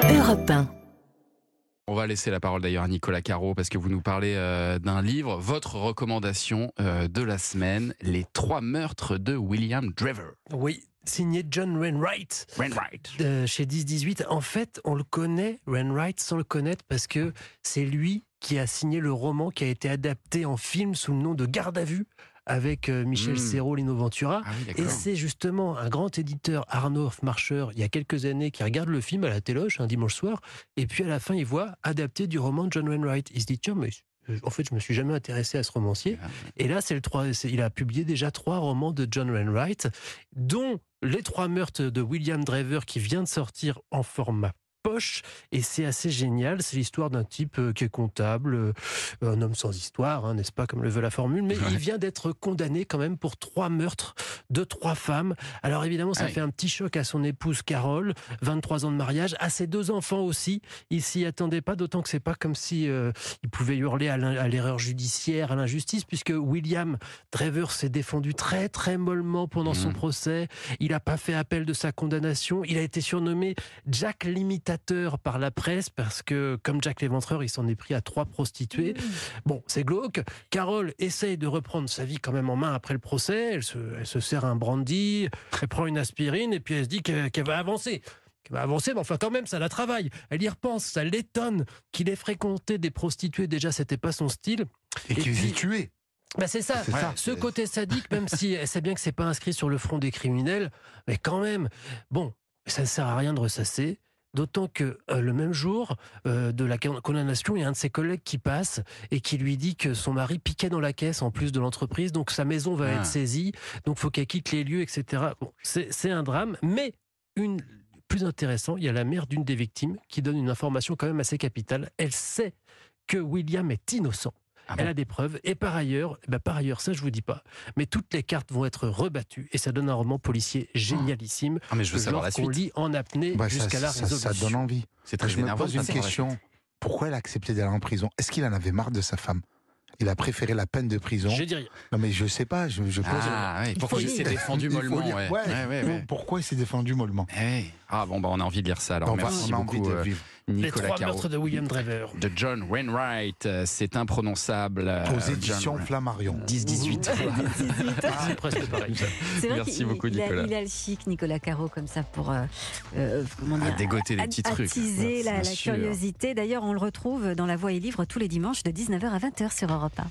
Europe 1. On va laisser la parole d'ailleurs à Nicolas Caro parce que vous nous parlez d'un livre, votre recommandation de la semaine, Les 3 meurtres de William Drever. Oui, signé John Wainwright, chez 10-18. En fait, on le connaît, Wainwright, sans le connaître, parce que c'est lui qui a signé le roman qui a été adapté en film sous le nom de Garde à vue, avec Michel Serrault, Lino Ventura. Ah oui, et c'est justement un grand éditeur, Arnaud Hofmarcher, il y a quelques années, qui regarde le film à la téloche un dimanche soir, et puis à la fin, il voit adapté du roman de John Wainwright. Il se dit, tiens, mais en fait, je me suis jamais intéressé à ce romancier. Et là, il a publié déjà 3 romans de John Wainwright, dont Les 3 meurtres de William Drever, qui vient de sortir en format poche, et c'est assez génial. C'est l'histoire d'un type qui est comptable, un homme sans histoire, n'est-ce pas, comme le veut la formule, mais il vient d'être condamné quand même pour 3 meurtres de 3 femmes. Alors évidemment, ça fait un petit choc à son épouse Carole, 23 ans de mariage, à ses 2 enfants aussi. Il s'y attendait pas, d'autant que c'est pas comme si il pouvait hurler à l'erreur judiciaire, à l'injustice, puisque William Drever s'est défendu très très mollement pendant son procès. Il n'a pas fait appel de sa condamnation. Il a été surnommé Jack l'imitateur par la presse parce que, comme Jack l'éventreur, il s'en est pris à 3 prostituées. Bon, c'est glauque. Carole essaye de reprendre sa vie quand même en main après le procès. Elle se sert un brandy, elle prend une aspirine et puis elle se dit qu'elle va avancer. Mais enfin quand même, ça la travaille. Elle y repense, ça l'étonne qu'il ait fréquenté des prostituées. Déjà, c'était pas son style. Et qu'il les ait tuées. C'est ça. Ce côté sadique, même si elle sait bien que c'est pas inscrit sur le front des criminels, mais quand même, bon, ça ne sert à rien de ressasser. D'autant que le même jour de la condamnation, il y a un de ses collègues qui passe et qui lui dit que son mari piquait dans la caisse en plus de l'entreprise, donc sa maison va être saisie, donc il faut qu'elle quitte les lieux, etc. Bon, c'est un drame, mais plus intéressant, il y a la mère d'une des victimes qui donne une information quand même assez capitale. Elle sait que William est innocent. Elle a des preuves. Et par ailleurs, ça je vous dis pas, mais toutes les cartes vont être rebattues et ça donne un roman policier génialissime. Mais je veux savoir la suite. On lit en apnée jusqu'à la résolution. Ça donne envie. C'est très Je me énervant. pose une question. Pourquoi elle a accepté d'aller en prison? Est-ce qu'il en avait marre de sa femme? Il a préféré la peine de prison. Je dis rien. Non mais je sais pas. Je pose... Pourquoi il s'est défendu mollement? Pourquoi il s'est défendu mollement? On a envie de lire ça. Alors merci beaucoup. Les 3 Caro. meurtres de William Drever. De John Wainwright, c'est imprononçable. Aux éditions Flammarion. 10-18. C'est presque pareil. C'est vrai Merci beaucoup, Nicolas. Il a le chic, Nicolas Caro, comme ça, pour dégoter des petits trucs. Attiser la curiosité. D'ailleurs, on le retrouve dans La Voix et Livre tous les dimanches de 19h à 20h sur Europe 1.